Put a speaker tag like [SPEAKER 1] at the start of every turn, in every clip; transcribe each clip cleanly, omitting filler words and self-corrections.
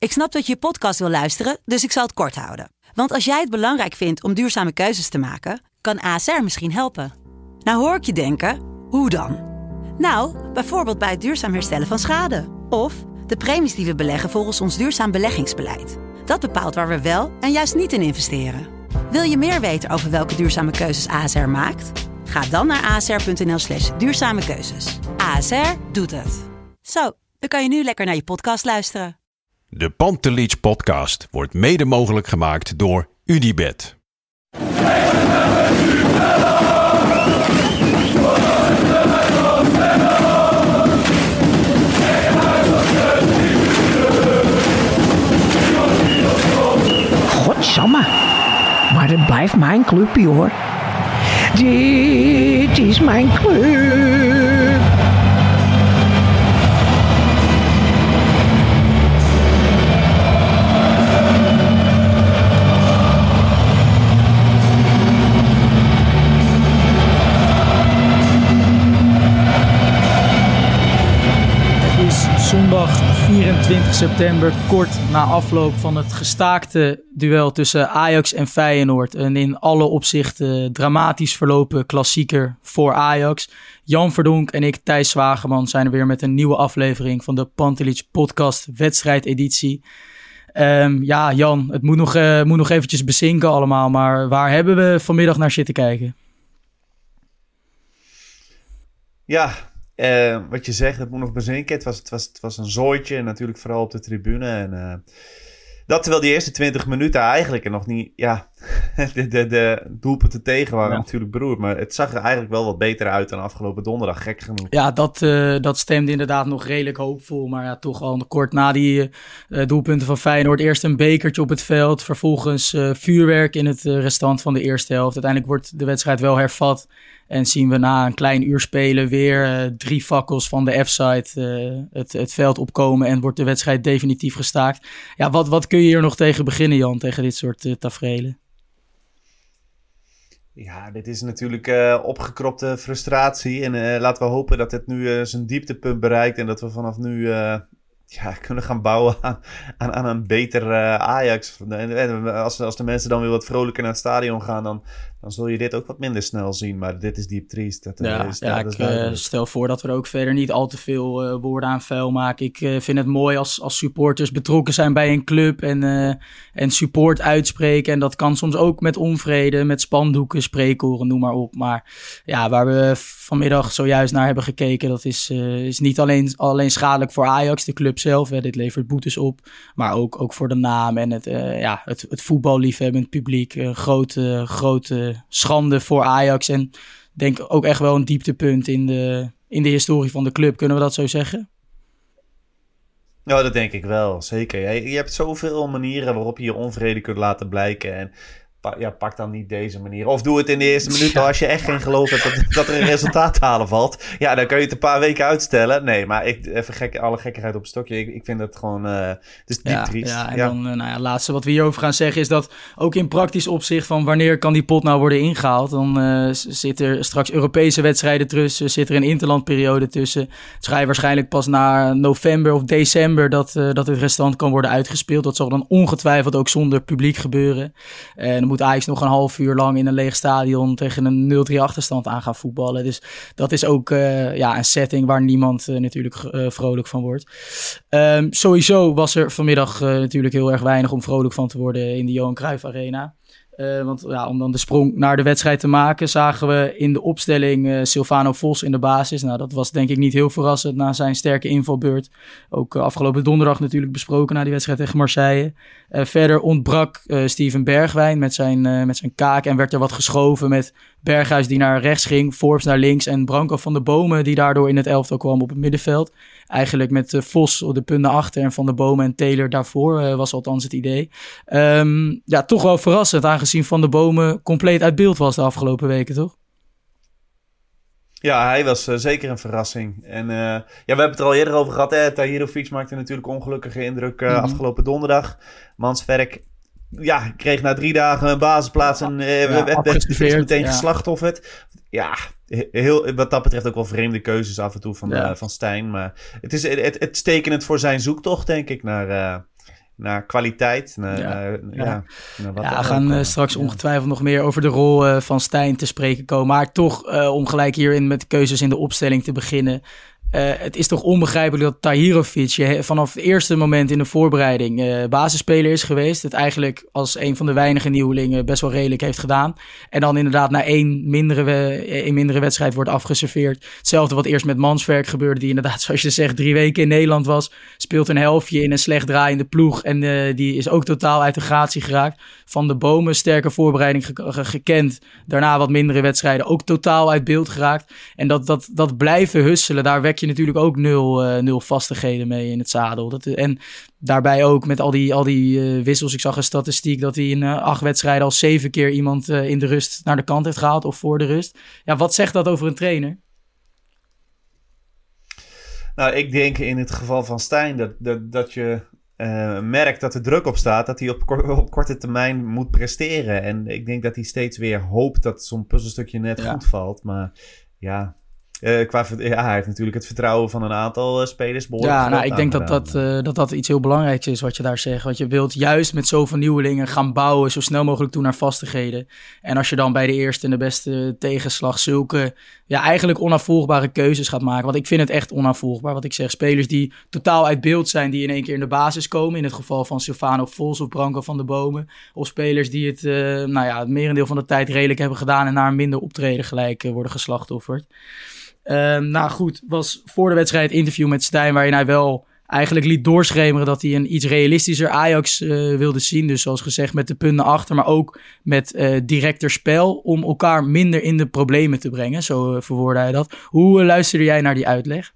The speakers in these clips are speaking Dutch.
[SPEAKER 1] Ik snap dat je podcast wil luisteren, dus ik zal het kort houden. Want als jij het belangrijk vindt om duurzame keuzes te maken, kan ASR misschien helpen. Nou hoor ik je denken, hoe dan? Nou, bijvoorbeeld bij het duurzaam herstellen van schade. Of de premies die we beleggen volgens ons duurzaam beleggingsbeleid. Dat bepaalt waar we wel en juist niet in investeren. Wil je meer weten over welke duurzame keuzes ASR maakt? Ga dan naar asr.nl/duurzame keuzes. ASR doet het. Zo, dan kan je nu lekker naar je podcast luisteren.
[SPEAKER 2] De Pantelich podcast wordt mede mogelijk gemaakt door UdiBet.
[SPEAKER 3] Godsamme, maar het blijft mijn clubje hoor. Dit is mijn club.
[SPEAKER 4] Zondag 24 september, kort na afloop van het gestaakte duel tussen Ajax en Feyenoord. Een in alle opzichten dramatisch verlopen klassieker voor Ajax. Jan Verdonk en ik, Thijs Zwageman, zijn er weer met een nieuwe aflevering van de Pantelich podcast wedstrijdeditie. Ja, Jan, het moet nog eventjes bezinken allemaal, maar waar hebben we vanmiddag naar zitten kijken?
[SPEAKER 5] Ja, wat je zegt, het moet nog bezinken. Het was een zooitje, natuurlijk vooral op de tribune. En dat terwijl die eerste 20 minuten eigenlijk er nog niet... Ja, de doelpunten tegen waren natuurlijk beroerd. Maar het zag er eigenlijk wel wat beter uit dan afgelopen donderdag, gek genoeg.
[SPEAKER 4] Ja, dat stemde inderdaad nog redelijk hoopvol. Maar ja, toch al kort na die doelpunten van Feyenoord. Eerst een bekertje op het veld. Vervolgens vuurwerk in het restant van de eerste helft. Uiteindelijk wordt de wedstrijd wel hervat. En zien we na een klein uur spelen weer 3 fakkels van de F-side het veld opkomen. En wordt de wedstrijd definitief gestaakt. Ja, wat kun je hier nog tegen beginnen, Jan, tegen dit soort taferelen?
[SPEAKER 5] Ja, dit is natuurlijk opgekropte frustratie. En laten we hopen dat het nu zijn dieptepunt bereikt. En dat we vanaf nu kunnen gaan bouwen aan een beter Ajax. Als de mensen dan weer wat vrolijker naar het stadion gaan, dan zul je dit ook wat minder snel zien. Maar dit is diep triest.
[SPEAKER 4] Ik stel voor dat we er ook verder niet al te veel woorden aan vuil maken. Ik vind het mooi als supporters betrokken zijn bij een club en support uitspreken. En dat kan soms ook met onvrede, met spandoeken, spreekkoren, noem maar op. Maar ja, waar we vanmiddag zojuist naar hebben gekeken, dat is niet alleen schadelijk voor Ajax, de club zelf. Dit levert boetes op. Maar ook voor de naam en het voetballiefhebbend publiek. Grote schande voor Ajax en denk ook echt wel een dieptepunt in de historie van de club. Kunnen we dat zo zeggen?
[SPEAKER 5] Ja, dat denk ik wel, zeker. Je hebt zoveel manieren waarop je je onvrede kunt laten blijken en pak dan niet deze manier. Of doe het in de eerste minuut als je echt geen geloof hebt dat er een resultaat te halen valt. Ja, dan kan je het een paar weken uitstellen. Nee, maar alle gekkigheid op een stokje. Ik vind dat gewoon... het is diep triest.
[SPEAKER 4] Ja, en dan het laatste wat we hierover gaan zeggen is dat ook in praktisch opzicht van wanneer kan die pot nou worden ingehaald, dan zit er straks Europese wedstrijden tussen, zit er een interlandperiode tussen. Het schijnt waarschijnlijk pas na november of december dat het restant kan worden uitgespeeld. Dat zal dan ongetwijfeld ook zonder publiek gebeuren. En moet Ajax nog een half uur lang in een leeg stadion tegen een 0-3 achterstand aan gaan voetballen. Dus dat is ook een setting waar niemand natuurlijk vrolijk van wordt. Sowieso was er vanmiddag natuurlijk heel erg weinig om vrolijk van te worden in de Johan Cruijff Arena. Want om dan de sprong naar de wedstrijd te maken, zagen we in de opstelling Silvano Vos in de basis. Nou, dat was denk ik niet heel verrassend na zijn sterke invalbeurt. Ook afgelopen donderdag natuurlijk besproken na die wedstrijd tegen Marseille. Verder ontbrak Steven Bergwijn met zijn kaak en werd er wat geschoven met Berghuis die naar rechts ging, Forbes naar links en Branco van de Bomen die daardoor in het elftal kwam op het middenveld. Eigenlijk met Vos op de punt naar achter en Van de Bomen en Taylor daarvoor was althans het idee. Toch wel verrassend aangezien Van de Bomen compleet uit beeld was de afgelopen weken, toch?
[SPEAKER 5] Ja, hij was zeker een verrassing. En we hebben het er al eerder over gehad. Tahirovic maakte natuurlijk ongelukkige indruk afgelopen donderdag. Mansverk kreeg na 3 dagen een basisplaats en werd meteen geslachtofferd. Ja, wat dat betreft ook wel vreemde keuzes af en toe van Stijn. Maar het is tekenend voor zijn zoektocht, denk ik, naar naar kwaliteit.
[SPEAKER 4] We gaan straks ongetwijfeld nog meer over de rol van Stijn te spreken komen. Maar toch, om gelijk hierin met de keuzes in de opstelling te beginnen. Het is toch onbegrijpelijk dat Tahirovic vanaf het eerste moment in de voorbereiding basisspeler is geweest. Het eigenlijk als een van de weinige nieuwelingen best wel redelijk heeft gedaan. En dan inderdaad na één mindere wedstrijd wordt afgeserveerd. Hetzelfde wat eerst met Manswerk gebeurde, die inderdaad, zoals je zegt, 3 weken in Nederland was. Speelt een helftje in een slecht draaiende ploeg. En die is ook totaal uit de gratie geraakt. Van de Bomen, sterke voorbereiding gekend. Daarna wat mindere wedstrijden, ook totaal uit beeld geraakt. En dat blijven husselen, daar wek je natuurlijk ook nul vastigheden mee in het zadel. En daarbij ook met al die wissels. Ik zag een statistiek dat hij in 8 wedstrijden al 7 keer iemand in de rust naar de kant heeft gehaald of voor de rust. Ja, wat zegt dat over een trainer?
[SPEAKER 5] Nou, ik denk in het geval van Stijn dat je merkt dat er druk op staat, dat hij op korte termijn moet presteren. En ik denk dat hij steeds weer hoopt dat zo'n puzzelstukje net goed valt. Maar ja... hij heeft natuurlijk het vertrouwen van een aantal spelers behoorlijk.
[SPEAKER 4] Ja, nou, ik denk dat iets heel belangrijks is wat je daar zegt. Want je wilt juist met zoveel nieuwelingen gaan bouwen, zo snel mogelijk toe naar vastigheden. En als je dan bij de eerste en de beste tegenslag zulke eigenlijk onafvolgbare keuzes gaat maken. Want ik vind het echt onafvolgbaar. Wat ik zeg, spelers die totaal uit beeld zijn, die in één keer in de basis komen. In het geval van Silvano Vos of Branko van de Bomen. Of spelers die het merendeel van de tijd redelijk hebben gedaan en naar een minder optreden gelijk worden geslachtofferd. Goed, was voor de wedstrijd interview met Stijn, waarin hij wel eigenlijk liet doorschemeren dat hij een iets realistischer Ajax wilde zien. Dus zoals gezegd met de punten achter, maar ook met directer spel om elkaar minder in de problemen te brengen. Zo verwoordde hij dat. Hoe luisterde jij naar die uitleg?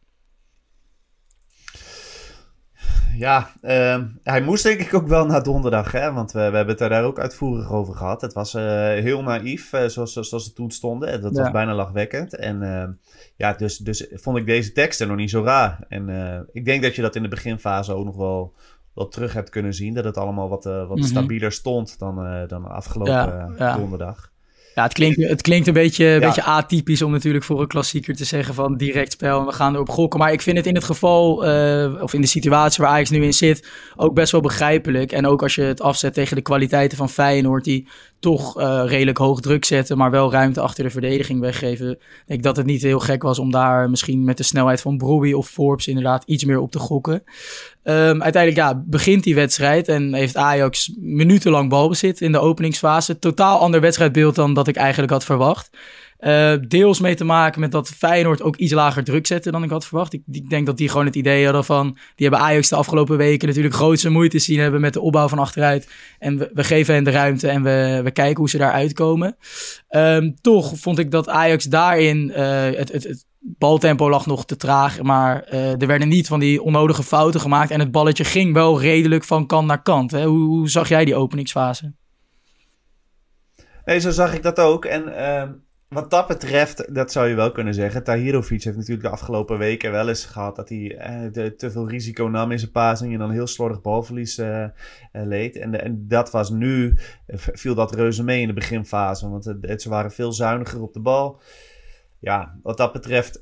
[SPEAKER 5] Ja, hij moest denk ik ook wel naar donderdag, hè? Want we hebben het daar ook uitvoerig over gehad. Het was heel naïef, zoals het toen stonden. Dat was bijna lachwekkend. En dus vond ik deze teksten nog niet zo raar. En ik denk dat je dat in de beginfase ook nog wel terug hebt kunnen zien. Dat het allemaal wat stabieler stond dan afgelopen donderdag.
[SPEAKER 4] Ja, het klinkt een beetje atypisch om natuurlijk voor een klassieker te zeggen van direct spel en we gaan erop gokken. Maar ik vind het in het geval, of in de situatie waar Ajax nu in zit, ook best wel begrijpelijk. En ook als je het afzet tegen de kwaliteiten van Feyenoord, die toch redelijk hoog druk zetten, maar wel ruimte achter de verdediging weggeven. Denk ik dat het niet heel gek was om daar misschien met de snelheid van Brobbey of Forbes inderdaad iets meer op te gokken. Uiteindelijk begint die wedstrijd en heeft Ajax minutenlang balbezit in de openingsfase. Totaal ander wedstrijdbeeld dan dat ik eigenlijk had verwacht. Deels mee te maken met dat Feyenoord ook iets lager druk zette dan ik had verwacht. Ik denk dat die gewoon het idee hadden van, die hebben Ajax de afgelopen weken natuurlijk grootste moeite zien hebben met de opbouw van achteruit. En we geven hen de ruimte en we kijken hoe ze daar uitkomen. Toch vond ik dat Ajax daarin, het baltempo lag nog te traag, maar er werden niet van die onnodige fouten gemaakt en het balletje ging wel redelijk van kant naar kant. Hè? Hoe zag jij die openingsfase?
[SPEAKER 5] Nee, zo zag ik dat ook. En wat dat betreft, dat zou je wel kunnen zeggen. Tahirovic heeft natuurlijk de afgelopen weken wel eens gehad dat hij te veel risico nam in zijn passing en dan heel slordig balverlies leed. En dat was nu, viel dat reuze mee in de beginfase, want ze waren veel zuiniger op de bal. Ja, wat dat betreft,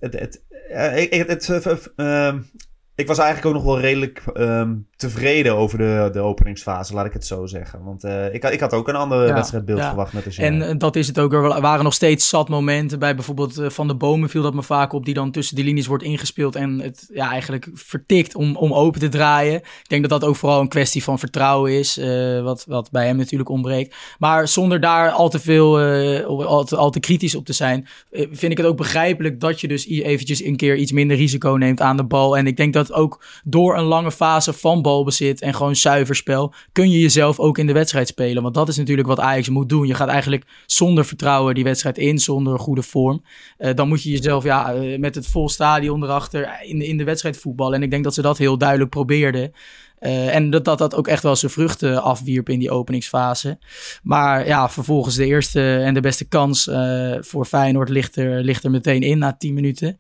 [SPEAKER 5] ik was eigenlijk ook nog wel redelijk tevreden over de openingsfase, laat ik het zo zeggen. Want ik had ook een ander wedstrijdbeeld verwacht met de Jean.
[SPEAKER 4] En dat is het ook. Er waren nog steeds zat momenten. Bij bijvoorbeeld Van de Bomen viel dat me vaak op, die dan tussen die linies wordt ingespeeld en het eigenlijk vertikt om open te draaien. Ik denk dat dat ook vooral een kwestie van vertrouwen is, wat bij hem natuurlijk ontbreekt. Maar zonder daar al te veel, al te kritisch op te zijn, vind ik het ook begrijpelijk dat je dus eventjes een keer iets minder risico neemt aan de bal. En ik denk dat ook door een lange fase van balbezit en gewoon zuiver spel kun je jezelf ook in de wedstrijd spelen. Want dat is natuurlijk wat Ajax moet doen. Je gaat eigenlijk zonder vertrouwen die wedstrijd in, zonder goede vorm. Dan moet je jezelf met het vol stadion erachter in de wedstrijd voetballen. En ik denk dat ze dat heel duidelijk probeerden. En dat ook echt wel zijn vruchten afwierp in die openingsfase. Maar vervolgens de eerste en de beste kans voor Feyenoord ligt er meteen in na 10 minuten.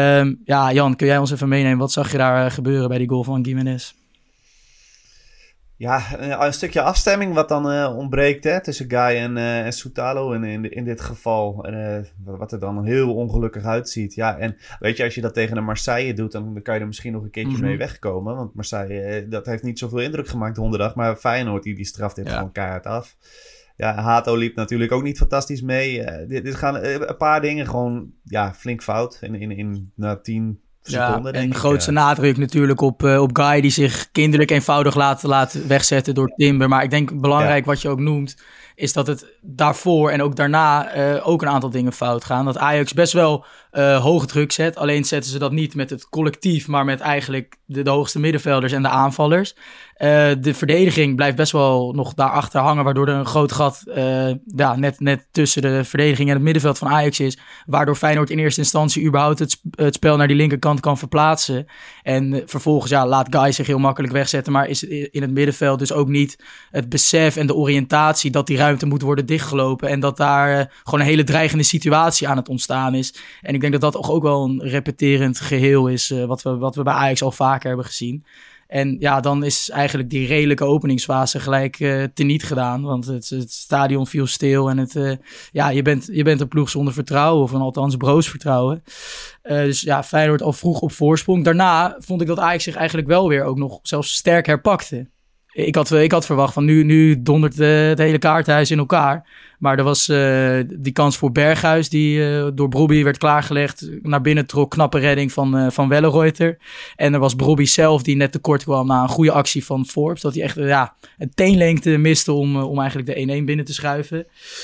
[SPEAKER 4] Jan, kun jij ons even meenemen? Wat zag je daar gebeuren bij die goal van Gimenez?
[SPEAKER 5] Ja, een stukje afstemming wat dan ontbreekt hè, tussen Guy en Soutalo in dit geval. Wat er dan heel ongelukkig uitziet. Ja, en weet je, als je dat tegen een Marseille doet, dan kan je er misschien nog een keertje mee wegkomen. Want Marseille, dat heeft niet zoveel indruk gemaakt donderdag. Maar Feyenoord, die straft dit gewoon keihard af. Ja, Hato liep natuurlijk ook niet fantastisch mee. Dit gaan een paar dingen gewoon flink fout in 10 seconden,
[SPEAKER 4] en grootste nadruk natuurlijk op Guy, die zich kinderlijk eenvoudig laat wegzetten door Timber. Maar ik denk belangrijk wat je ook noemt, is dat het daarvoor en ook daarna ook een aantal dingen fout gaan. Dat Ajax best wel hoge druk zet. Alleen zetten ze dat niet met het collectief, maar met eigenlijk de hoogste middenvelders en de aanvallers. De verdediging blijft best wel nog daarachter hangen, waardoor er een groot gat net tussen de verdediging en het middenveld van Ajax is. Waardoor Feyenoord in eerste instantie überhaupt het spel naar die linkerkant kan verplaatsen. En vervolgens laat Guy zich heel makkelijk wegzetten, maar is in het middenveld dus ook niet het besef en de oriëntatie dat die ruimte moet worden dichtgelopen en dat daar gewoon een hele dreigende situatie aan het ontstaan is. En ik denk dat dat ook wel een repeterend geheel is, wat we bij Ajax al vaker hebben gezien. En ja, dan is eigenlijk die redelijke openingsfase gelijk teniet gedaan. Want het stadion viel stil en je bent een ploeg zonder vertrouwen. Of althans broos vertrouwen. Dus ja, Feyenoord al vroeg op voorsprong. Daarna vond ik dat Ajax zich eigenlijk wel weer ook nog zelfs sterk herpakte. Ik had verwacht van nu dondert het hele kaartenhuis in elkaar. Maar er was die kans voor Berghuis die door Brobbey werd klaargelegd. Naar binnen trok, knappe redding van Wellenreuter. En er was Brobbey zelf die net tekort kwam na een goede actie van Forbes. Dat hij echt een teenlengte miste om eigenlijk de 1-1 binnen te schuiven.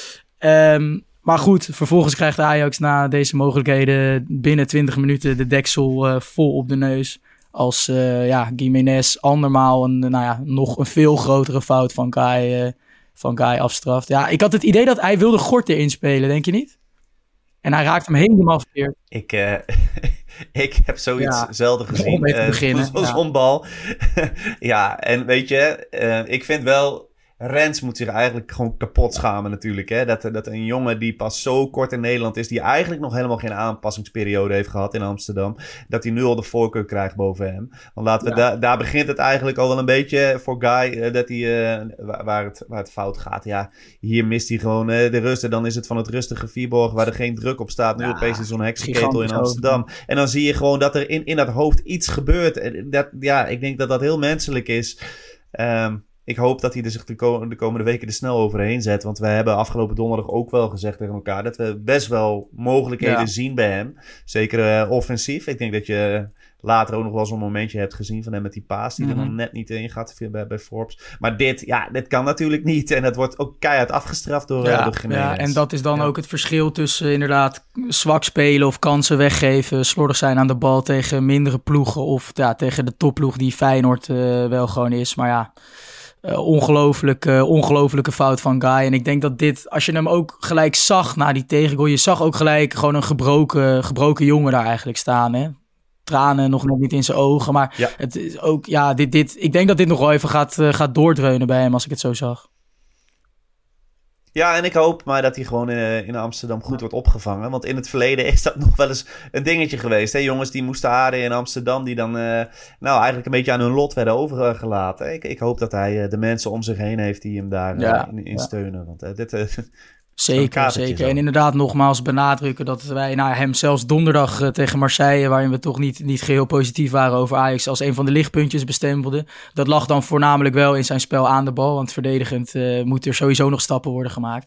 [SPEAKER 4] Maar goed, vervolgens krijgt Ajax na deze mogelijkheden binnen 20 minuten de deksel vol op de neus. Als Gimenez andermaal nog een veel grotere fout van Guy afstraft. Ja, ik had het idee dat hij wilde Gort erin spelen, denk je niet? En hij raakt hem helemaal verkeerd.
[SPEAKER 5] Ik heb zoiets zelden gezien. Zo'n bal. Ja, en weet je, ik vind wel, Rens moet zich eigenlijk gewoon kapot schamen natuurlijk. Hè? Dat een jongen die pas zo kort in Nederland is, die eigenlijk nog helemaal geen aanpassingsperiode heeft gehad in Amsterdam, dat hij nu al de voorkeur krijgt boven hem. Want laten we daar begint het eigenlijk al wel een beetje voor Guy, dat hij, waar het fout gaat. Ja, hier mist hij gewoon de rust. En dan is het van het rustige Viborg, waar er geen druk op staat. Nu opeens is zo'n heksenketel in Amsterdam. En dan zie je gewoon dat er in dat hoofd iets gebeurt. Ik denk dat dat heel menselijk is. Ik hoop dat hij er zich de komende weken er snel overheen zet. Want we hebben afgelopen donderdag ook wel gezegd tegen elkaar dat we best wel mogelijkheden zien bij hem. Zeker offensief. Ik denk dat je later ook nog wel zo'n momentje hebt gezien van hem met die paas die er dan net niet in gaat bij Forbes. Maar dit kan natuurlijk niet. En dat wordt ook keihard afgestraft door Gimenez.
[SPEAKER 4] Ja, en dat is dan ook het verschil tussen inderdaad zwak spelen of kansen weggeven, slordig zijn aan de bal tegen mindere ploegen of tegen de topploeg die Feyenoord wel gewoon is. Maar ja, ongelofelijke fout van Guy. En ik denk dat dit, als je hem ook gelijk zag na die tegengoal, je zag ook gelijk gewoon een gebroken jongen daar eigenlijk staan, hè. Tranen nog net niet in zijn ogen, maar het is ook, ik denk dat dit nog wel even gaat doordreunen bij hem als ik het zo zag.
[SPEAKER 5] Ja, en ik hoop maar dat hij gewoon in Amsterdam goed wordt opgevangen. Want in het verleden is dat nog wel eens een dingetje geweest. Hè? Jongens die moesten haren in Amsterdam, die dan eigenlijk een beetje aan hun lot werden overgelaten. Ik hoop dat hij de mensen om zich heen heeft die hem daar in steunen. Want dit...
[SPEAKER 4] Zeker. En inderdaad nogmaals benadrukken dat wij hem zelfs donderdag tegen Marseille, waarin we toch niet geheel positief waren over Ajax, als een van de lichtpuntjes bestempelden. Dat lag dan voornamelijk wel in zijn spel aan de bal, want verdedigend moet er sowieso nog stappen worden gemaakt.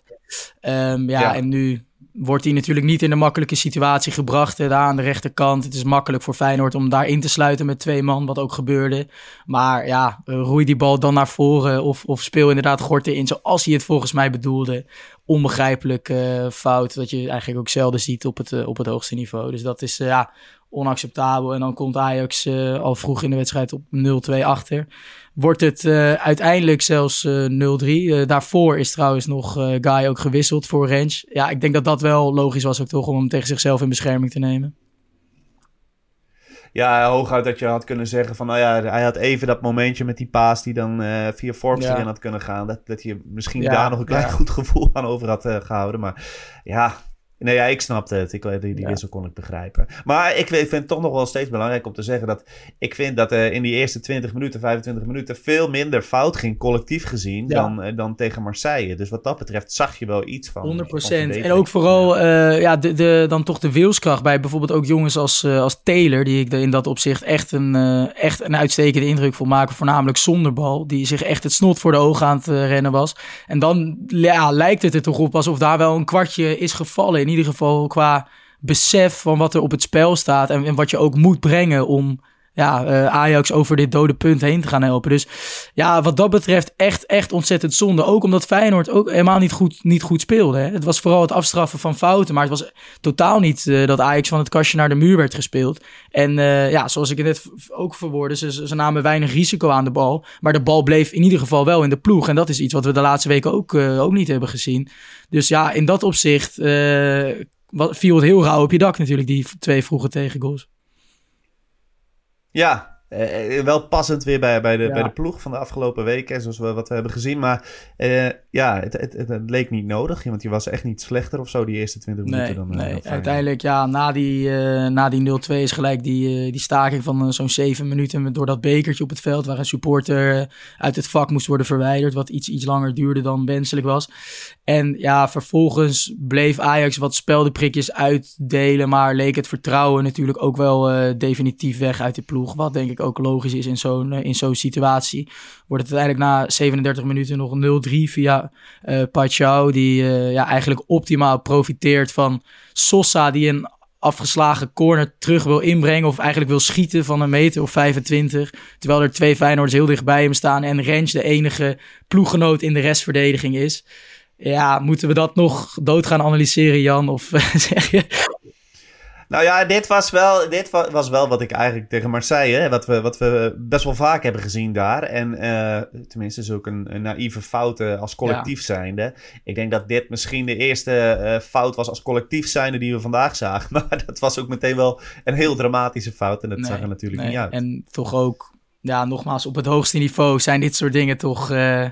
[SPEAKER 4] En nu wordt hij natuurlijk niet in een makkelijke situatie gebracht daar aan de rechterkant. Het is makkelijk voor Feyenoord om daar in te sluiten met 2 man, wat ook gebeurde. Maar roei die bal dan naar voren of speel inderdaad Gort in zoals hij het volgens mij bedoelde. Onbegrijpelijk fout, wat je eigenlijk ook zelden ziet op het hoogste niveau. Dus dat is onacceptabel. En dan komt Ajax al vroeg in de wedstrijd op 0-2 achter. Wordt het uiteindelijk zelfs 0-3. Daarvoor is trouwens nog Guy ook gewisseld voor Rens. Ja, ik denk dat dat wel logisch was ook toch om hem tegen zichzelf in bescherming te nemen.
[SPEAKER 5] Ja, hooguit dat je had kunnen zeggen van, hij had even dat momentje met die paas die dan via Forbes erin had kunnen gaan. Dat je misschien daar nog een klein goed gevoel aan over had gehouden. Maar ja, Nee, ja, ik snapte het. Die wissel kon ik begrijpen. Maar ik vind het toch nog wel steeds belangrijk om te zeggen dat ik vind dat in die eerste 20 minuten, 25 minuten veel minder fout ging, collectief gezien, dan tegen Marseille. Dus wat dat betreft zag je wel iets van
[SPEAKER 4] 100%. En ook vooral dan toch de wilskracht bij bijvoorbeeld ook jongens als Taylor, die ik in dat opzicht echt een uitstekende indruk vond maken, voornamelijk zonder bal, die zich echt het snot voor de ogen aan het rennen was. En dan lijkt het er toch op alsof daar wel een kwartje is gevallen. In ieder geval qua besef van wat er op het spel staat en wat je ook moet brengen om Ajax over dit dode punt heen te gaan helpen. Dus ja, wat dat betreft echt ontzettend zonde. Ook omdat Feyenoord ook helemaal niet goed speelde. Hè. Het was vooral het afstraffen van fouten, maar het was totaal niet dat Ajax van het kastje naar de muur werd gespeeld. En zoals ik het net ook verwoordde, ze namen weinig risico aan de bal, maar de bal bleef in ieder geval wel in de ploeg. En dat is iets wat we de laatste weken ook niet hebben gezien. Dus ja, in dat opzicht viel het heel rauw op je dak natuurlijk, die 2 vroege tegengoals.
[SPEAKER 5] Ja, wel passend weer bij de ploeg van de afgelopen weken, zoals wat we hebben gezien. Maar het leek niet nodig, want die was echt niet slechter of zo die eerste 20 minuten. Dan
[SPEAKER 4] uiteindelijk na die 0-2 is gelijk die staking van zo'n 7 minuten door dat bekertje op het veld, waar een supporter uit het vak moest worden verwijderd, wat iets langer duurde dan wenselijk was. En ja, vervolgens bleef Ajax wat speldenprikjes uitdelen, maar leek het vertrouwen natuurlijk ook wel definitief weg uit de ploeg, wat denk ik ook logisch is in zo'n situatie. Wordt het uiteindelijk na 37 minuten nog 0-3 via Paixão, die eigenlijk optimaal profiteert van Sosa, die een afgeslagen corner terug wil inbrengen of eigenlijk wil schieten van 1 meter of 25, terwijl er 2 Feyenoorders heel dichtbij hem staan en Rens de enige ploeggenoot in de restverdediging is. Ja, moeten we dat nog dood gaan analyseren, Jan? Of zeg je...
[SPEAKER 5] Nou ja, dit was wel wat ik eigenlijk tegen Marseille, wat we best wel vaak hebben gezien daar. En tenminste is ook een naïeve fout als collectief zijnde. Ik denk dat dit misschien de eerste fout was als collectief zijnde die we vandaag zagen. Maar dat was ook meteen wel een heel dramatische fout en dat zag er natuurlijk niet uit.
[SPEAKER 4] En toch ook, nogmaals, op het hoogste niveau zijn dit soort dingen toch...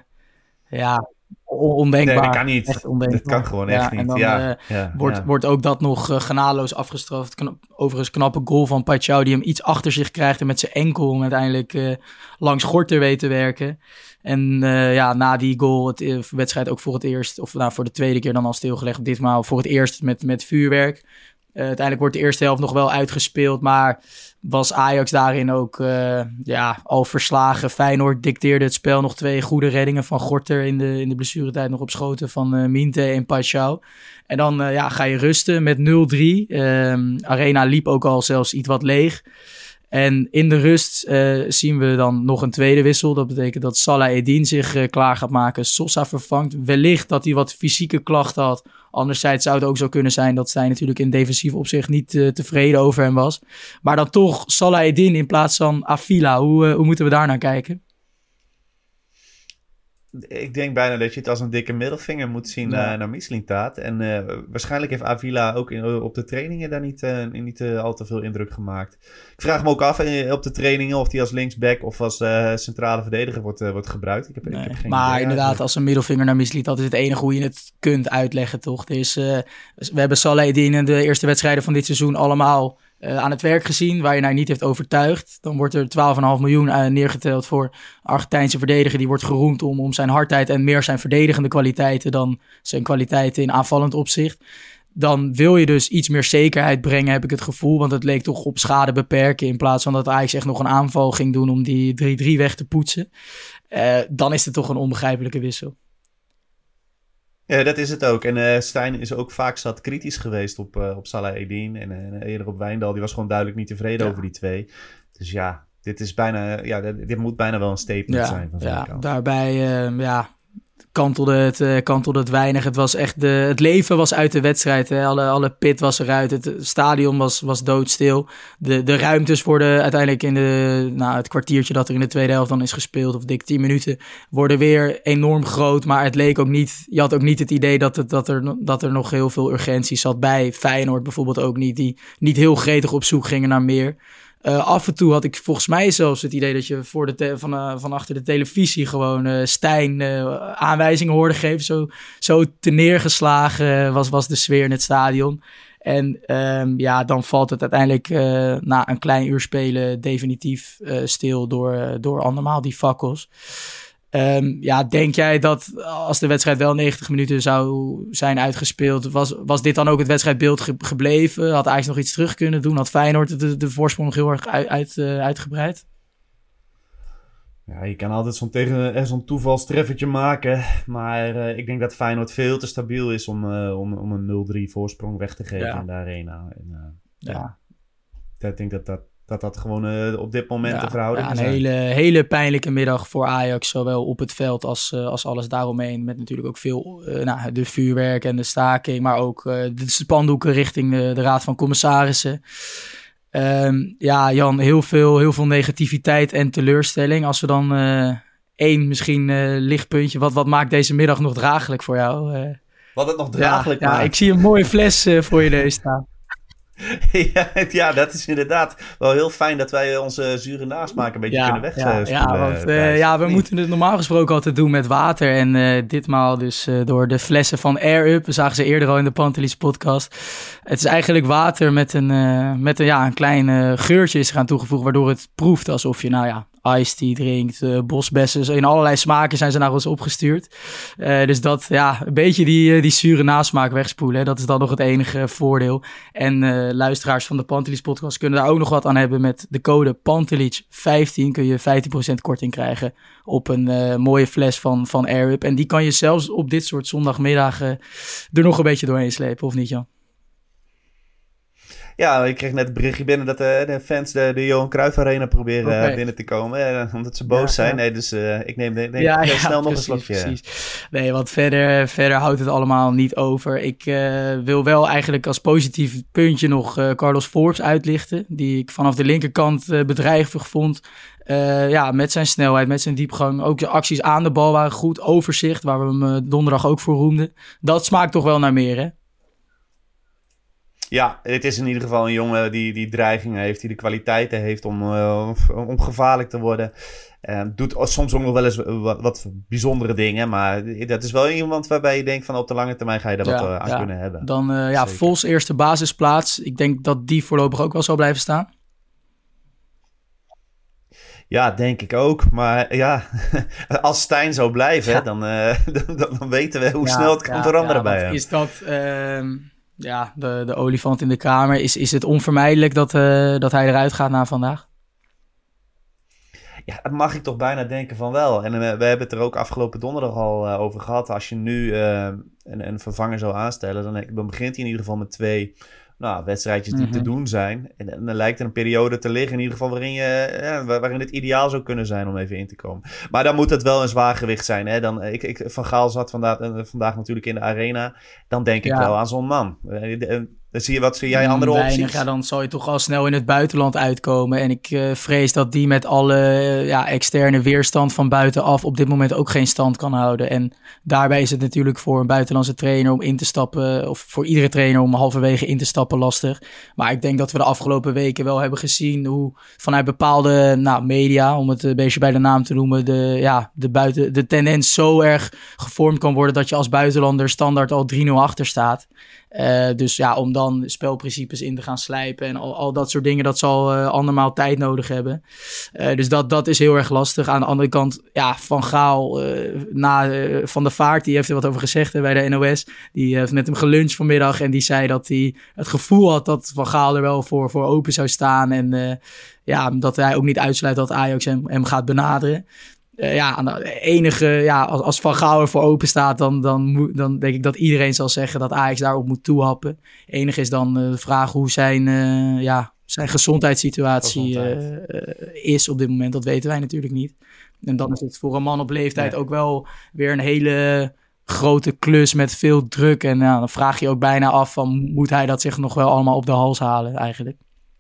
[SPEAKER 4] ondenkbaar.
[SPEAKER 5] Nee, dat kan niet.
[SPEAKER 4] Dat
[SPEAKER 5] kan gewoon echt niet.
[SPEAKER 4] En dan wordt ook dat nog genadeloos afgestraft. Overigens knappe goal van Paixão die hem iets achter zich krijgt en met zijn enkel om uiteindelijk langs Gorter weet te werken. En na die goal de wedstrijd ook voor het eerst, of voor de tweede keer dan al stilgelegd. Ditmaal voor het eerst met vuurwerk. Uiteindelijk wordt de eerste helft nog wel uitgespeeld, maar was Ajax daarin ook al verslagen. Feyenoord dicteerde het spel, nog 2 goede reddingen van Gorter in de blessuretijd nog op schoten van Minte en Paixão. En dan ga je rusten met 0-3. Arena liep ook al zelfs iets wat leeg. En in de rust zien we dan nog een tweede wissel. Dat betekent dat Salah Eddin zich klaar gaat maken. Sosa vervangt. Wellicht dat hij wat fysieke klachten had. Anderzijds zou het ook zo kunnen zijn dat zij natuurlijk in defensief opzicht niet tevreden over hem was. Maar dan toch Salah Eddin in plaats van Avila. Hoe moeten we daar naar kijken?
[SPEAKER 5] Ik denk bijna dat je het als een dikke middelvinger moet zien naar Mislintat. En waarschijnlijk heeft Avila ook op de trainingen daar niet al te veel indruk gemaakt. Ik vraag me ook af op de trainingen of hij als linksback of als centrale verdediger wordt gebruikt. Ik heb geen idee.
[SPEAKER 4] Inderdaad, als een middelvinger naar Mislintat is het enige hoe je het kunt uitleggen, toch? Dus, we hebben Salah Eddin in de eerste wedstrijden van dit seizoen allemaal aan het werk gezien, waar je nou niet heeft overtuigd. Dan wordt er 12,5 miljoen neergeteld voor Argentijnse verdediger. Die wordt geroemd om zijn hardheid en meer zijn verdedigende kwaliteiten dan zijn kwaliteiten in aanvallend opzicht. Dan wil je dus iets meer zekerheid brengen, heb ik het gevoel. Want het leek toch op schade beperken in plaats van dat Ajax echt nog een aanval ging doen om die 3-3 weg te poetsen. Dan is het toch een onbegrijpelijke wissel.
[SPEAKER 5] Ja, dat is het ook. En Stijn is ook vaak zat kritisch geweest op Salah Eddin. En eerder op Wijndal. Die was gewoon duidelijk niet tevreden over die 2. Dus ja, dit moet bijna wel een statement zijn van zijn kant.
[SPEAKER 4] Daarbij kantelde het weinig. Het was echt het leven was uit de wedstrijd. Hè. Alle pit was eruit. Het stadion was doodstil. De ruimtes worden uiteindelijk in het kwartiertje dat er in de tweede helft dan is gespeeld, of dik 10 minuten, worden weer enorm groot. Maar het leek ook niet, je had ook niet het idee dat er nog heel veel urgentie zat bij Feyenoord bijvoorbeeld ook niet, die niet heel gretig op zoek gingen naar meer. Af en toe had ik volgens mij zelfs het idee dat je van achter de televisie gewoon Stijn aanwijzingen hoorde geven. Zo te neergeslagen was de sfeer in het stadion. En dan valt het uiteindelijk na een klein uur spelen definitief stil door andermaal die fakkels. Denk jij dat als de wedstrijd wel 90 minuten zou zijn uitgespeeld, was dit dan ook het wedstrijdbeeld gebleven? Had Ajax nog iets terug kunnen doen? Had Feyenoord de voorsprong nog heel erg uitgebreid?
[SPEAKER 5] Ja, je kan altijd zo'n toevalstreffertje maken. Maar ik denk dat Feyenoord veel te stabiel is om een 0-3 voorsprong weg te geven in de arena. En, ik denk dat gewoon op dit moment de verhouding zijn.
[SPEAKER 4] Een hele pijnlijke middag voor Ajax, zowel op het veld als alles daaromheen. Met natuurlijk ook veel de vuurwerk en de staking, maar ook de spandoeken richting de Raad van Commissarissen. Jan, heel veel negativiteit en teleurstelling. Als we dan één misschien lichtpuntje, wat maakt deze middag nog draaglijk voor jou?
[SPEAKER 5] Wat het nog draaglijk maakt?
[SPEAKER 4] Ja, ik zie een mooie fles voor je neus staan.
[SPEAKER 5] Ja, dat is inderdaad wel heel fijn dat wij onze zure nasmaak een beetje kunnen wegspoelen.
[SPEAKER 4] We moeten het normaal gesproken altijd doen met water. En ditmaal dus door de flessen van Air Up. We zagen ze eerder al in de Pantelis podcast. Het is eigenlijk water met een klein geurtje is eraan toegevoegd, waardoor het proeft alsof je, iced tea drinkt, bosbessen. In allerlei smaken zijn ze naar ons opgestuurd. Dus dat, een beetje die zure nasmaak wegspoelen. Hè. Dat is dan nog het enige voordeel. En luisteraars van de Pantelis podcast kunnen daar ook nog wat aan hebben. Met de code Pantelis15 kun je 15% korting krijgen op een mooie fles van Air Up. En die kan je zelfs op dit soort zondagmiddagen er nog een beetje doorheen slepen, of niet, Jan?
[SPEAKER 5] Ja, ik kreeg net een berichtje binnen dat de fans de Johan Cruijff Arena proberen binnen te komen. Omdat ze boos zijn. Nee, dus ik neem snel nog een slokje.
[SPEAKER 4] Precies. Nee, want verder houdt het allemaal niet over. Ik wil wel eigenlijk als positief puntje nog Carlos Forbes uitlichten. Die ik vanaf de linkerkant bedreigig vond. Met zijn snelheid, met zijn diepgang. Ook de acties aan de bal waren goed. Overzicht, waar we hem donderdag ook voor roemden. Dat smaakt toch wel naar meer, hè?
[SPEAKER 5] Ja, het is in ieder geval een jongen die dreigingen heeft, die de kwaliteiten heeft om gevaarlijk te worden. Doet soms ook nog wel eens wat bijzondere dingen, maar dat is wel iemand waarbij je denkt van op de lange termijn ga je daar wat aan kunnen hebben.
[SPEAKER 4] Dan Vos eerste basisplaats. Ik denk dat die voorlopig ook wel zal blijven staan.
[SPEAKER 5] Ja, denk ik ook. Maar als Stijn zo blijft, dan weten we hoe snel het kan veranderen bij hem.
[SPEAKER 4] Is dat... de olifant in de kamer. Is het onvermijdelijk dat hij eruit gaat na vandaag?
[SPEAKER 5] Ja, dat mag ik toch bijna denken van wel. En we hebben het er ook afgelopen donderdag al over gehad. Als je nu een vervanger zou aanstellen, dan begint hij in ieder geval met 2 wedstrijdjes die te doen zijn. En dan lijkt er een periode te liggen in ieder geval waarin het ideaal zou kunnen zijn om even in te komen. Maar dan moet het wel een zwaargewicht zijn. Hè? Van Gaal zat vandaag natuurlijk in de arena. Dan denk ik wel aan zo'n man. Wat zie jij andere opties?
[SPEAKER 4] Ja, dan zal je toch al snel in het buitenland uitkomen. En ik vrees dat die met alle externe weerstand van buitenaf op dit moment ook geen stand kan houden. En daarbij is het natuurlijk voor een buitenlandse trainer om in te stappen, of voor iedere trainer om halverwege in te stappen lastig. Maar ik denk dat we de afgelopen weken wel hebben gezien hoe vanuit bepaalde media, om het een beetje bij de naam te noemen, de tendens zo erg gevormd kan worden dat je als buitenlander standaard al 3-0 achter staat. Dus om dan spelprincipes in te gaan slijpen en al dat soort dingen, dat zal andermaal tijd nodig hebben. Dus dat is heel erg lastig. Aan de andere kant, Van Gaal, Van der Vaart, die heeft er wat over gezegd bij de NOS. Die heeft met hem geluncht vanmiddag en die zei dat hij het gevoel had dat Van Gaal er wel voor open zou staan. En dat hij ook niet uitsluit dat Ajax hem gaat benaderen. Aan de enige, als Van Gaal ervoor open staat, dan denk ik dat iedereen zal zeggen dat Ajax daarop moet toehappen. Enige is dan de vraag hoe zijn gezondheidssituatie is op dit moment. Dat weten wij natuurlijk niet. En dan is het voor een man op leeftijd ook wel weer een hele grote klus met veel druk. En dan vraag je ook bijna af van, moet hij dat zich nog wel allemaal op de hals halen eigenlijk?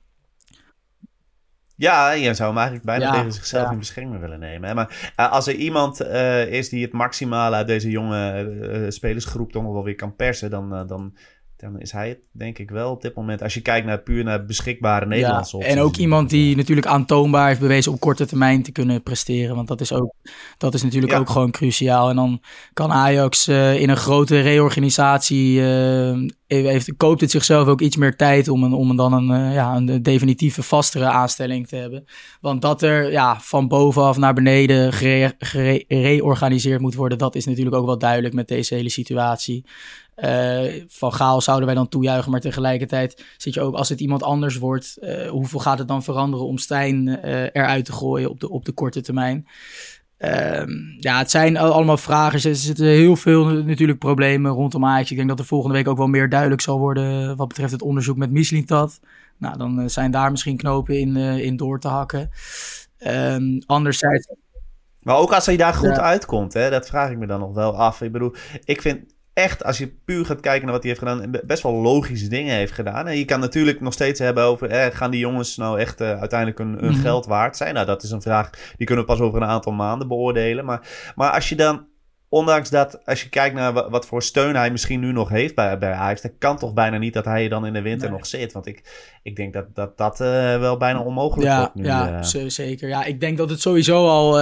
[SPEAKER 5] Ja, je zou hem eigenlijk bijna tegen zichzelf in bescherming willen nemen. Hè? Maar als er iemand is die het maximale uit deze jonge spelersgroep toch nog wel weer kan persen, dan dan is hij het denk ik wel op dit moment. Als je kijkt puur naar beschikbare Nederlandse opties.
[SPEAKER 4] En ook iemand die natuurlijk aantoonbaar heeft bewezen op korte termijn te kunnen presteren. Want dat is natuurlijk ook gewoon cruciaal. En dan kan Ajax in een grote reorganisatie... koopt het zichzelf ook iets meer tijd om dan een definitieve vastere aanstelling te hebben. Want dat er van bovenaf naar beneden gereorganiseerd moet worden, dat is natuurlijk ook wel duidelijk met deze hele situatie. Van Gaal zouden wij dan toejuichen, maar tegelijkertijd zit je ook, als het iemand anders wordt, hoeveel gaat het dan veranderen om Stijn eruit te gooien op de korte termijn? Het zijn allemaal vragen. Er zitten heel veel natuurlijk problemen rondom Ajax. Ik denk dat er volgende week ook wel meer duidelijk zal worden wat betreft het onderzoek met Mislintat. Nou, dan zijn daar misschien knopen in door te hakken. Anderzijds...
[SPEAKER 5] Maar ook als hij daar goed uitkomt, hè, dat vraag ik me dan nog wel af. Ik bedoel, ik vind echt, als je puur gaat kijken naar wat hij heeft gedaan, best wel logische dingen heeft gedaan. En je kan natuurlijk nog steeds hebben over, gaan die jongens nou echt uiteindelijk hun geld waard zijn? Nou, dat is een vraag, die kunnen we pas over een aantal maanden beoordelen. Maar als je dan, ondanks dat, als je kijkt naar wat voor steun hij misschien nu nog heeft bij Ajax, dat kan toch bijna niet dat hij dan in de winter nog zit. Want ik denk dat wel bijna onmogelijk wordt nu.
[SPEAKER 4] Ja, zeker. Ja, ik denk dat het sowieso al...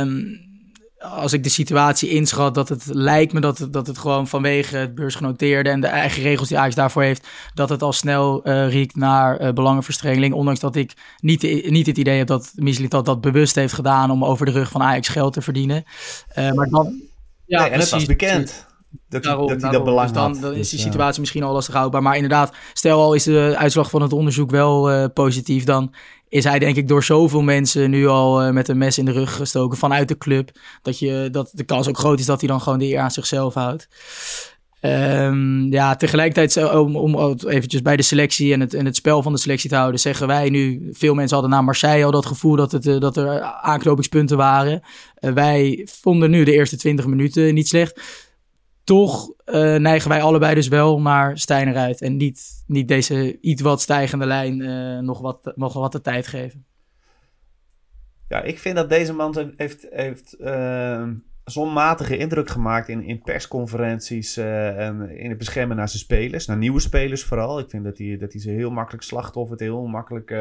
[SPEAKER 4] als ik de situatie inschat, dat het lijkt me dat het gewoon vanwege het beursgenoteerde en de eigen regels die Ajax daarvoor heeft, dat het al snel riekt naar belangenverstrengeling. Ondanks dat ik niet het idee heb dat Mislintat dat bewust heeft gedaan om over de rug van Ajax geld te verdienen. Maar dan... Ja,
[SPEAKER 5] nee, en het was bekend dat hij dat belang
[SPEAKER 4] dus
[SPEAKER 5] had.
[SPEAKER 4] Dan is die situatie misschien al lastig houdbaar. Maar inderdaad, stel al is de uitslag van het onderzoek wel positief, dan is hij denk ik door zoveel mensen nu al met een mes in de rug gestoken vanuit de club, dat de kans ook groot is dat hij dan gewoon de eer aan zichzelf houdt. Tegelijkertijd, om eventjes bij de selectie en het spel van de selectie te houden, zeggen wij nu, veel mensen hadden na Marseille al dat gevoel dat er aanknopingspunten waren. Wij vonden nu de eerste 20 minuten niet slecht. Toch neigen wij allebei dus wel naar Stijn eruit en niet deze iets wat stijgende lijn nog wat de tijd geven.
[SPEAKER 5] Ja, ik vind dat deze man heeft zo'n matige indruk gemaakt in persconferenties en in het beschermen naar zijn spelers, naar nieuwe spelers vooral. Ik vind dat hij ze heel makkelijk slachtoffert, heel makkelijk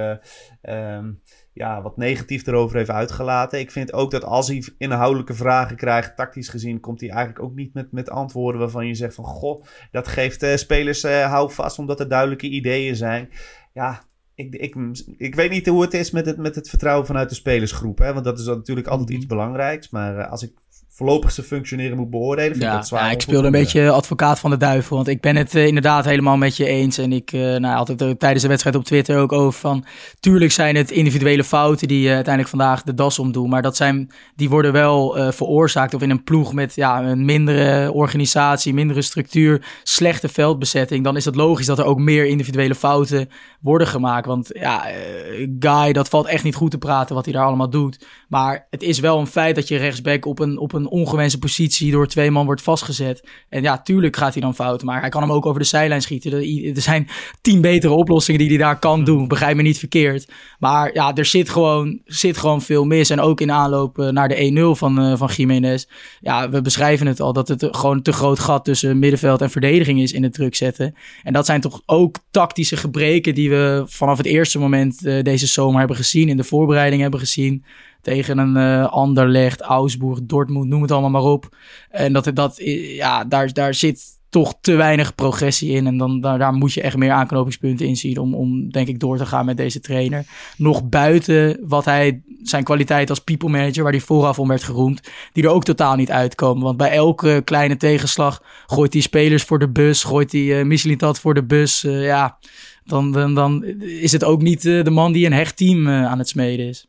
[SPEAKER 5] wat negatief erover heeft uitgelaten. Ik vind ook dat als hij inhoudelijke vragen krijgt, tactisch gezien, komt hij eigenlijk ook niet met antwoorden waarvan je zegt van, goh, dat geeft spelers hou vast omdat er duidelijke ideeën zijn. Ja, ik weet niet hoe het is met het vertrouwen vanuit de spelersgroep. Hè? Want dat is natuurlijk altijd iets belangrijks. Maar als ik voorlopig zijn functioneren moet beoordelen, vind ik dat zwaar.
[SPEAKER 4] Ja, ik speelde een beetje advocaat van de duivel. Want ik ben het inderdaad helemaal met je eens. En ik altijd tijdens de wedstrijd op Twitter ook over van, tuurlijk zijn het individuele fouten die uiteindelijk vandaag de das omdoen. Maar die worden wel veroorzaakt. Of in een ploeg met een mindere organisatie, mindere structuur, slechte veldbezetting. Dan is het logisch dat er ook meer individuele fouten worden gemaakt. Want Guy, dat valt echt niet goed te praten wat hij daar allemaal doet. Maar het is wel een feit dat je rechtsback op een ongewenste positie door 2 man wordt vastgezet. En tuurlijk gaat hij dan fouten, maar hij kan hem ook over de zijlijn schieten. Er zijn 10 betere oplossingen die hij daar kan doen. Begrijp me niet verkeerd. Maar er zit gewoon veel mis. En ook in aanloop naar de 1-0 van Giménez. Ja, we beschrijven het al, dat het gewoon een te groot gat tussen middenveld en verdediging is in het druk zetten. En dat zijn toch ook tactische gebreken die we vanaf het eerste moment deze zomer hebben gezien, in de voorbereiding hebben gezien. Tegen een Anderlecht, Augsburg, Dortmund, noem het allemaal maar op. En daar zit toch te weinig progressie in. En daar moet je echt meer aanknopingspunten in zien om denk ik door te gaan met deze trainer. Nog buiten zijn kwaliteit als people manager, waar hij vooraf om werd geroemd, die er ook totaal niet uitkomen. Want bij elke kleine tegenslag gooit hij spelers voor de bus, gooit hij Mislintat voor de bus. Dan is het ook niet de man die een hecht team aan het smeden is.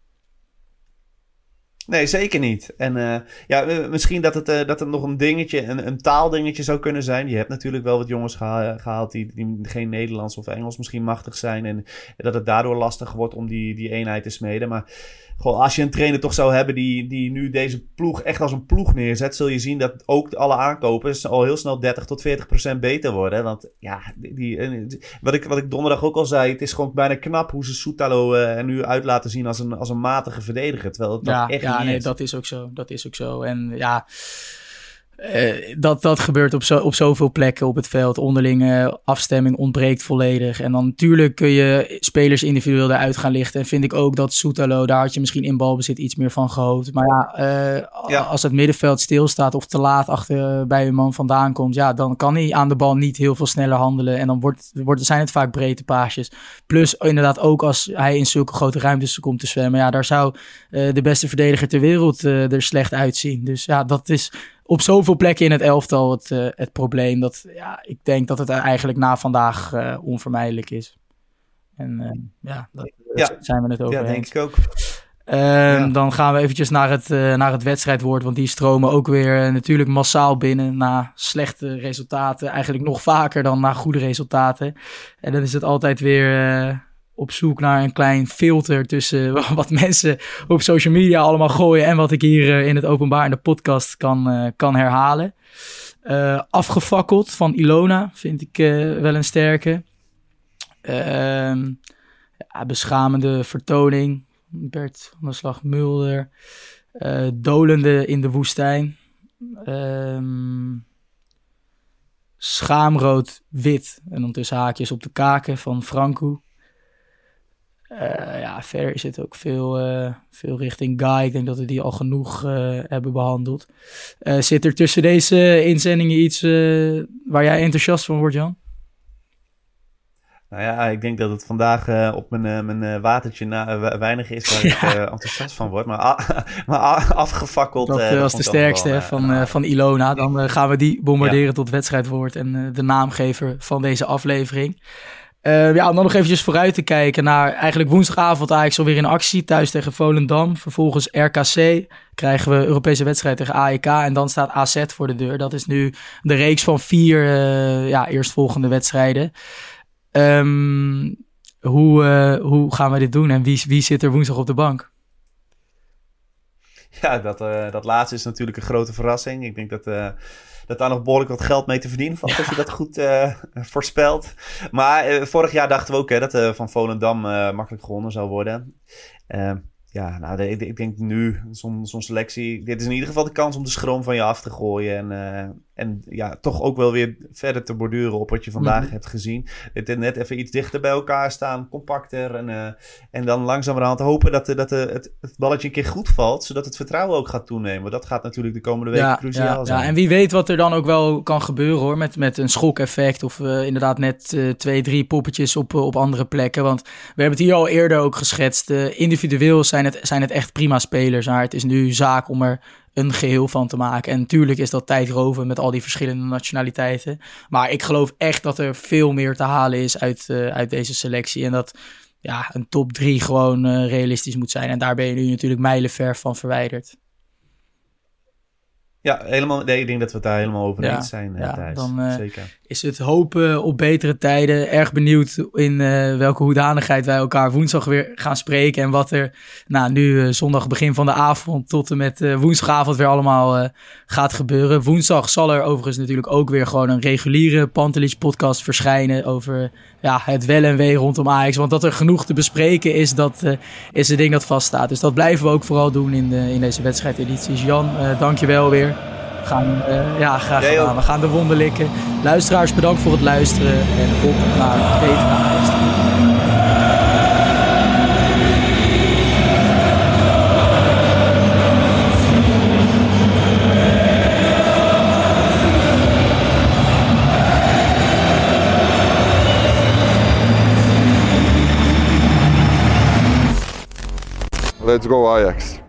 [SPEAKER 5] Nee, zeker niet. En misschien dat het nog een dingetje, een taaldingetje zou kunnen zijn. Je hebt natuurlijk wel wat jongens gehaald die geen Nederlands of Engels misschien machtig zijn. En dat het daardoor lastig wordt om die eenheid te smeden. Maar als je een trainer toch zou hebben die nu deze ploeg echt als een ploeg neerzet, zul je zien dat ook alle aankopen al heel snel 30-40% beter worden. Want wat ik donderdag ook al zei, het is gewoon bijna knap hoe ze Soetalo er nu uit laten zien als een matige verdediger. Terwijl dat echt niet is.
[SPEAKER 4] Dat is ook zo. En Dat gebeurt op zoveel plekken op het veld. Onderlinge afstemming ontbreekt volledig. En dan natuurlijk kun je spelers individueel eruit gaan lichten. En vind ik ook dat Soetalo, daar had je misschien in balbezit iets meer van gehoopt. Maar als het middenveld stilstaat of te laat achter bij een man vandaan komt, ja, dan kan hij aan de bal niet heel veel sneller handelen. En dan zijn het vaak breedte paasjes. Plus inderdaad ook als hij in zulke grote ruimtes komt te zwemmen. Ja, daar zou de beste verdediger ter wereld er slecht uitzien. Dus ja, dat is op zoveel plekken in het elftal het probleem. Ik denk dat het eigenlijk na vandaag onvermijdelijk is. En daar zijn we het over eens.
[SPEAKER 5] Ja, denk ik ook.
[SPEAKER 4] Dan gaan we eventjes naar het wedstrijdwoord. Want die stromen ook weer natuurlijk massaal binnen na slechte resultaten. Eigenlijk nog vaker dan na goede resultaten. En dan is het altijd weer op zoek naar een klein filter tussen wat mensen op social media allemaal gooien en wat ik hier in het openbaar in de podcast kan herhalen. Afgefakkeld van Ilona vind ik wel een sterke. Beschamende vertoning. Bert van der Slag Mulder. Dolende in de woestijn. Schaamrood wit. En dan tussen haakjes op de kaken van Franco. Verder is het ook veel richting Guy. Ik denk dat we die al genoeg hebben behandeld. Zit er tussen deze inzendingen iets waar jij enthousiast van wordt, Jan?
[SPEAKER 5] Nou ja, ik denk dat het vandaag op mijn watertje weinig is waar ik enthousiast van word. Maar afgefakkeld.
[SPEAKER 4] Dat was de sterkste van Ilona. Dan gaan we die bombarderen tot wedstrijdwoord en de naamgever van deze aflevering. Om dan nog eventjes vooruit te kijken naar eigenlijk woensdagavond Ajax alweer in actie. Thuis tegen Volendam. Vervolgens RKC. Krijgen we Europese wedstrijd tegen AEK. En dan staat AZ voor de deur. Dat is nu de reeks van 4 eerstvolgende wedstrijden. Hoe gaan we dit doen? En wie zit er woensdag op de bank?
[SPEAKER 5] Ja, dat laatste is natuurlijk een grote verrassing. Ik denk dat daar nog behoorlijk wat geld mee te verdienen valt, als je dat goed voorspelt. Maar vorig jaar dachten we ook dat van Volendam makkelijk gewonnen zou worden. Ik denk nu, zo'n selectie, dit is in ieder geval de kans om de schroom van je af te gooien. En toch ook wel weer verder te borduren op wat je vandaag hebt gezien. Het net even iets dichter bij elkaar staan, compacter. En dan langzamerhand hopen dat het balletje een keer goed valt, zodat het vertrouwen ook gaat toenemen. Dat gaat natuurlijk de komende weken cruciaal zijn.
[SPEAKER 4] Ja, en wie weet wat er dan ook wel kan gebeuren hoor, met een schokeffect. Of inderdaad net 2-3 poppetjes op andere plekken. Want we hebben het hier al eerder ook geschetst. Individueel zijn het echt prima spelers. Maar het is nu zaak om er een geheel van te maken. En natuurlijk is dat tijdroven met al die verschillende nationaliteiten. Maar ik geloof echt dat er veel meer te halen is uit deze selectie. En dat een top 3 gewoon realistisch moet zijn. En daar ben je nu natuurlijk mijlenver van verwijderd.
[SPEAKER 5] Ja, helemaal. Nee, ik denk dat we het daar helemaal over eens zijn, Thijs.
[SPEAKER 4] Dan
[SPEAKER 5] zeker.
[SPEAKER 4] Is het hopen op betere tijden. Erg benieuwd in welke hoedanigheid wij elkaar woensdag weer gaan spreken. En wat er nu zondag begin van de avond tot en met woensdagavond weer allemaal gaat gebeuren. Woensdag zal er overigens natuurlijk ook weer gewoon een reguliere Pantelich podcast verschijnen over het wel en wee rondom Ajax. Want dat er genoeg te bespreken is, dat is een ding dat vaststaat. Dus dat blijven we ook vooral doen in deze wedstrijdedities. Jan, dank je wel weer. We gaan, graag gedaan. We gaan de wonden likken. Luisteraars, bedankt voor het luisteren. En op naar betere Ajax.
[SPEAKER 6] Let's go Ajax.